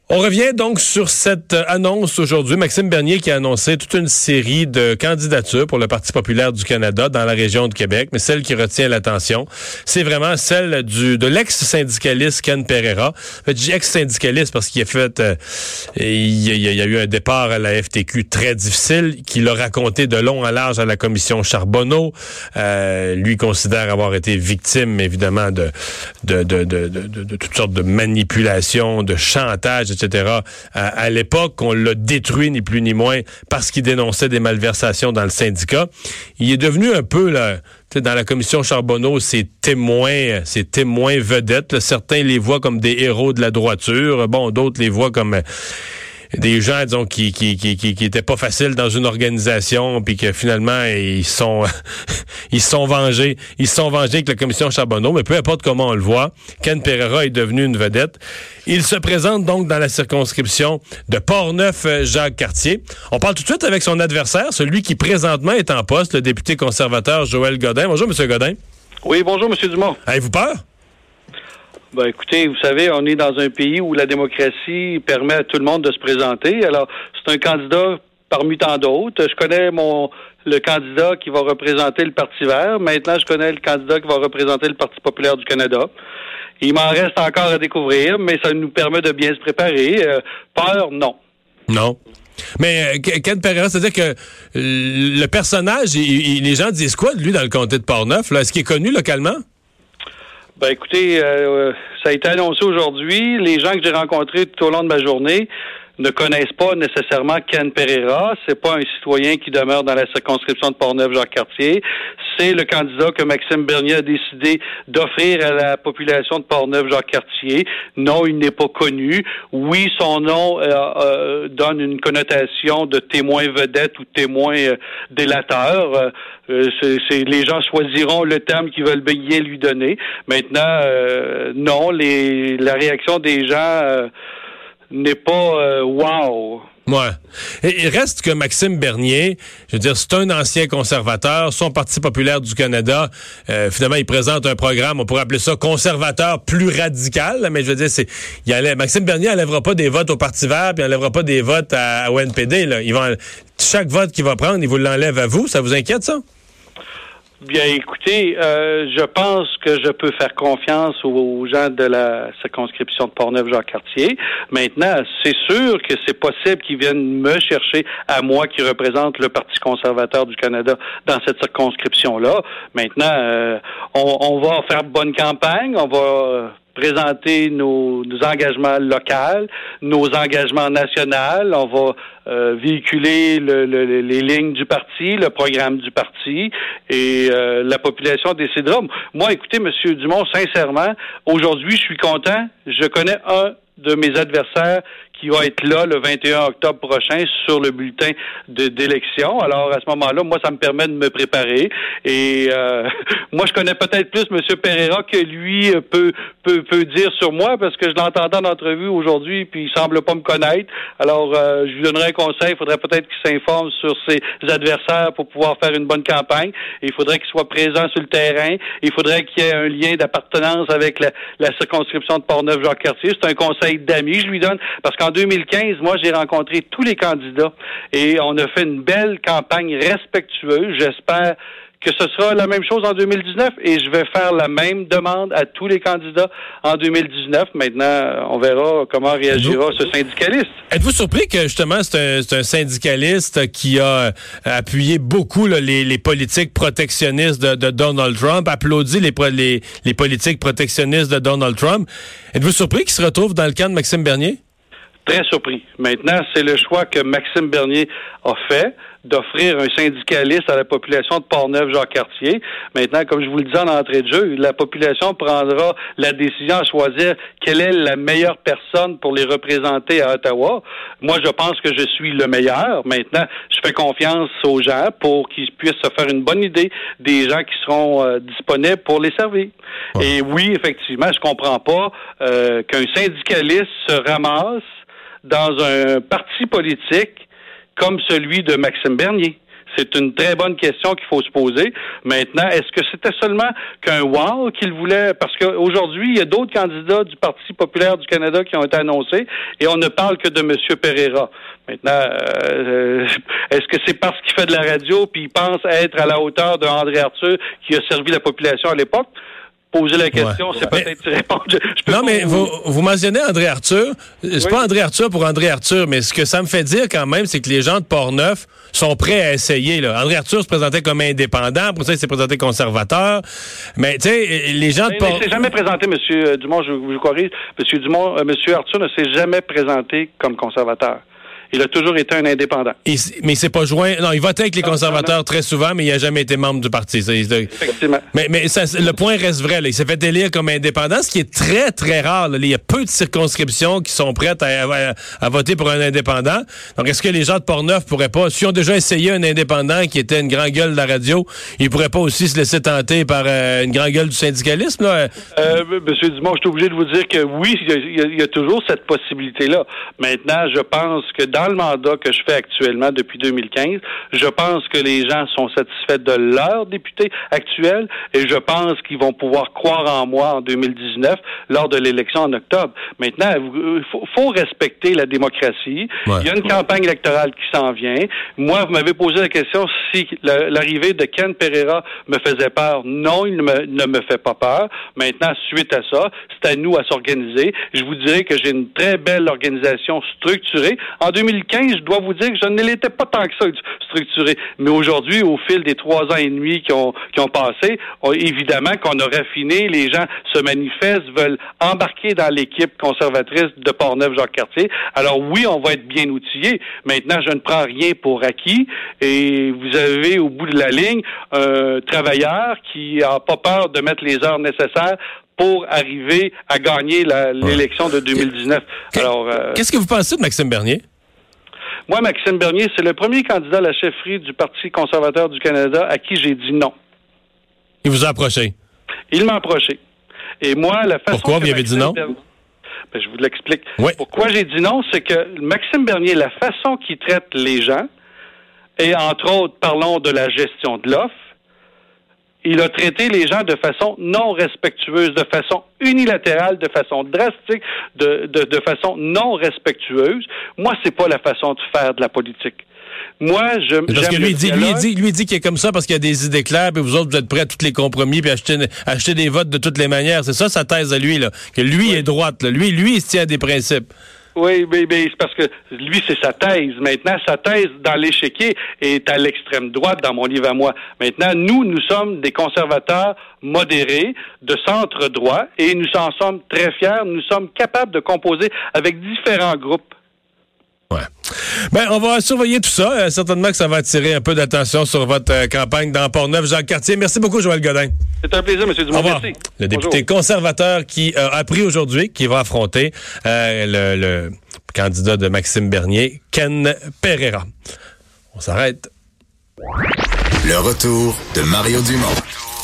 On revient donc sur cette annonce aujourd'hui. Maxime Bernier qui a annoncé toute une série de candidatures pour le Parti populaire du Canada dans la région de Québec, mais celle qui retient l'attention, c'est vraiment celle de l'ex-syndicaliste Ken Pereira. En fait, je dis ex-syndicaliste parce qu'il a fait, il y a eu un départ à la FTQ très difficile, qu'il a raconté de long en large à la commission Charbonneau. Lui considère avoir été victime, évidemment, de toutes sortes de manipulations, de chantage, etc. À l'époque, on l'a détruit, ni plus ni moins, parce qu'il dénonçait des malversations dans le syndicat. Il est devenu un peu, là, dans la commission Charbonneau, ces témoins vedettes. Là, certains les voient comme des héros de la droiture. Bon, d'autres les voient comme des gens, disons, qui étaient pas faciles dans une organisation, puis que finalement ils se sont vengés avec la commission Charbonneau. Mais peu importe comment on le voit, Ken Pereira est devenu une vedette. Il se présente donc dans la circonscription de Portneuf-Jacques-Cartier. On parle tout de suite avec son adversaire, celui qui présentement est en poste, le député conservateur Joël Godin. Bonjour, M. Godin. Oui, bonjour, M. Dumont. Avez-vous peur? Ben, écoutez, vous savez, on est dans un pays où la démocratie permet à tout le monde de se présenter. Alors, c'est un candidat parmi tant d'autres. Je connais le candidat qui va représenter le Parti vert. Maintenant, je connais le candidat qui va représenter le Parti populaire du Canada. Il m'en reste encore à découvrir, mais ça nous permet de bien se préparer. Peur, non. Non. Mais Ken Pereira, c'est-à-dire que le personnage, les gens disent quoi de lui dans le comté de Portneuf? Là? Est-ce qu'il est connu localement? Ben écoutez, ça a été annoncé aujourd'hui. Les gens que j'ai rencontrés tout au long de ma journée ne connaissent pas nécessairement Ken Pereira. C'est pas un citoyen qui demeure dans la circonscription de Portneuf-Jacques-Cartier. C'est le candidat que Maxime Bernier a décidé d'offrir à la population de Portneuf-Jacques-Cartier. Non, il n'est pas connu. Oui, son nom donne une connotation de témoin vedette ou témoin délateur. Les gens choisiront le terme qu'ils veulent bien lui donner. Maintenant, non, la réaction des gens n'est pas wow. Ouais. Et il reste que Maxime Bernier, je veux dire, c'est un ancien conservateur. Son Parti populaire du Canada, finalement, il présente un programme, on pourrait appeler ça conservateur plus radical, là, mais je veux dire, Maxime Bernier n'enlèvera pas des votes au Parti vert, puis il n'enlèvera pas des votes au NPD. Là. Chaque vote qu'il va prendre, il vous l'enlève à vous. Ça vous inquiète, ça? Bien, écoutez, je pense que je peux faire confiance aux gens de la circonscription de Portneuf-Jacques-Cartier. Maintenant, c'est sûr que c'est possible qu'ils viennent me chercher à moi qui représente le Parti conservateur du Canada dans cette circonscription-là. Maintenant, on va faire bonne campagne, on va présenter nos engagements locaux, nos engagements nationaux. On va véhiculer les lignes du parti, le programme du parti, et la population décidera. Moi, écoutez, M. Dumont, sincèrement, aujourd'hui, je suis content. Je connais un de mes adversaires qui va être là le 21 octobre prochain sur le bulletin d'élection. Alors, à ce moment-là, moi, ça me permet de me préparer. Et moi, je connais peut-être plus M. Pereira que lui peut dire sur moi, parce que je l'entendais en entrevue aujourd'hui, puis il semble pas me connaître. Alors, je lui donnerais un conseil. Il faudrait peut-être qu'il s'informe sur ses adversaires pour pouvoir faire une bonne campagne. Et il faudrait qu'il soit présent sur le terrain. Il faudrait qu'il y ait un lien d'appartenance avec la circonscription de Portneuf-Jacques-Cartier. C'est un conseil d'amis, je lui donne, parce qu'en 2015, moi, j'ai rencontré tous les candidats et on a fait une belle campagne respectueuse. J'espère que ce sera la même chose en 2019 et je vais faire la même demande à tous les candidats en 2019. Maintenant, on verra comment réagira ce syndicaliste. Êtes-vous surpris que, justement, c'est un syndicaliste qui a appuyé beaucoup là, les politiques protectionnistes de Donald Trump, applaudi les politiques protectionnistes de Donald Trump. Êtes-vous surpris qu'il se retrouve dans le camp de Maxime Bernier? Très surpris. Maintenant, c'est le choix que Maxime Bernier a fait d'offrir un syndicaliste à la population de Portneuf-Jacques-Cartier. Maintenant, comme je vous le disais en entrée de jeu, la population prendra la décision à choisir quelle est la meilleure personne pour les représenter à Ottawa. Moi, je pense que je suis le meilleur. Maintenant, je fais confiance aux gens pour qu'ils puissent se faire une bonne idée des gens qui seront disponibles pour les servir. Ouais. Et oui, effectivement, je comprends pas qu'un syndicaliste se ramasse dans un parti politique comme celui de Maxime Bernier. C'est une très bonne question qu'il faut se poser. Maintenant, est-ce que c'était seulement qu'un wow qu'il voulait? Parce qu'aujourd'hui, il y a d'autres candidats du Parti populaire du Canada qui ont été annoncés et on ne parle que de M. Pereira. Maintenant, est-ce que c'est parce qu'il fait de la radio puis il pense être à la hauteur de André Arthur qui a servi la population à l'époque? Poser la question, c'est peut-être répondre. Non, mais vous mentionnez André Arthur. C'est pas André Arthur pour André Arthur, mais ce que ça me fait dire quand même, c'est que les gens de Portneuf sont prêts à essayer. Là. André Arthur se présentait comme indépendant, pour ça il s'est présenté conservateur. Mais tu sais, les gens de Portneuf... Il ne s'est jamais présenté, M. Dumont, je vous corrige. M. Dumont, M. Arthur ne s'est jamais présenté comme conservateur. Il a toujours été un indépendant. Mais il s'est pas joint. Non, il votait avec les conservateurs très souvent, mais il n'a jamais été membre du parti. Effectivement. Mais ça, le point reste vrai. Là. Il s'est fait élire comme indépendant, ce qui est très, très rare. Là. Il y a peu de circonscriptions qui sont prêtes à voter pour un indépendant. Donc, est-ce que les gens de Portneuf pourraient pas, s'ils ont déjà essayé un indépendant qui était une grande gueule de la radio, ils pourraient pas aussi se laisser tenter par une grande gueule du syndicalisme? Là? Monsieur Dumont, je suis obligé de vous dire que oui, il y a toujours cette possibilité-là. Maintenant, je pense que dans le mandat que je fais actuellement depuis 2015, je pense que les gens sont satisfaits de leur député actuel et je pense qu'ils vont pouvoir croire en moi en 2019 lors de l'élection en octobre. Maintenant, il faut respecter la démocratie. Ouais. Il y a une campagne électorale qui s'en vient. Moi, vous m'avez posé la question si l'arrivée de Ken Pereira me faisait peur. Non, il ne me fait pas peur. Maintenant, suite à ça, c'est à nous à s'organiser. Je vous dirais que j'ai une très belle organisation structurée. En 2015, je dois vous dire que je ne l'étais pas tant que ça structuré. Mais aujourd'hui, au fil des 3 ans et demi qui ont passé, évidemment qu'on a raffiné, les gens se manifestent, veulent embarquer dans l'équipe conservatrice de Portneuf-Jacques-Cartier. Alors oui, on va être bien outillés. Maintenant, je ne prends rien pour acquis. Et vous avez au bout de la ligne un travailleur qui n'a pas peur de mettre les heures nécessaires pour arriver à gagner l'élection de 2019. Alors, qu'est-ce que vous pensez de Maxime Bernier? Moi, Maxime Bernier, c'est le premier candidat à la chefferie du Parti conservateur du Canada à qui j'ai dit non. Il vous a approché? Il m'a approché. Et moi, la façon... Pourquoi vous avez dit non? Je vous l'explique. Oui. Pourquoi j'ai dit non, c'est que Maxime Bernier, la façon qu'il traite les gens, et entre autres, parlons de la gestion de l'offre, il a traité les gens de façon non respectueuse, de façon unilatérale, de façon drastique, de façon non respectueuse. Moi, c'est pas la façon de faire de la politique. Moi, parce que lui dit qu'il est comme ça parce qu'il y a des idées claires, puis vous autres, vous êtes prêts à tous les compromis, puis acheter des votes de toutes les manières. C'est ça sa thèse à lui, là. Que lui est droite, là. Lui, il se tient à des principes. Oui, mais c'est parce que lui, c'est sa thèse. Maintenant, sa thèse dans l'échiquier est à l'extrême droite dans mon livre à moi. Maintenant, nous sommes des conservateurs modérés, de centre droit, et nous en sommes très fiers. Nous sommes capables de composer avec différents groupes. Ouais. Ben, on va surveiller tout ça. Certainement que ça va attirer un peu d'attention sur votre campagne dans Portneuf-Jacques-Cartier. Merci beaucoup, Joël Godin. C'est un plaisir, M. Dumont. Merci. Le député conservateur qui a appris aujourd'hui qu'il va affronter le candidat de Maxime Bernier, Ken Pereira. On s'arrête. Le retour de Mario Dumont.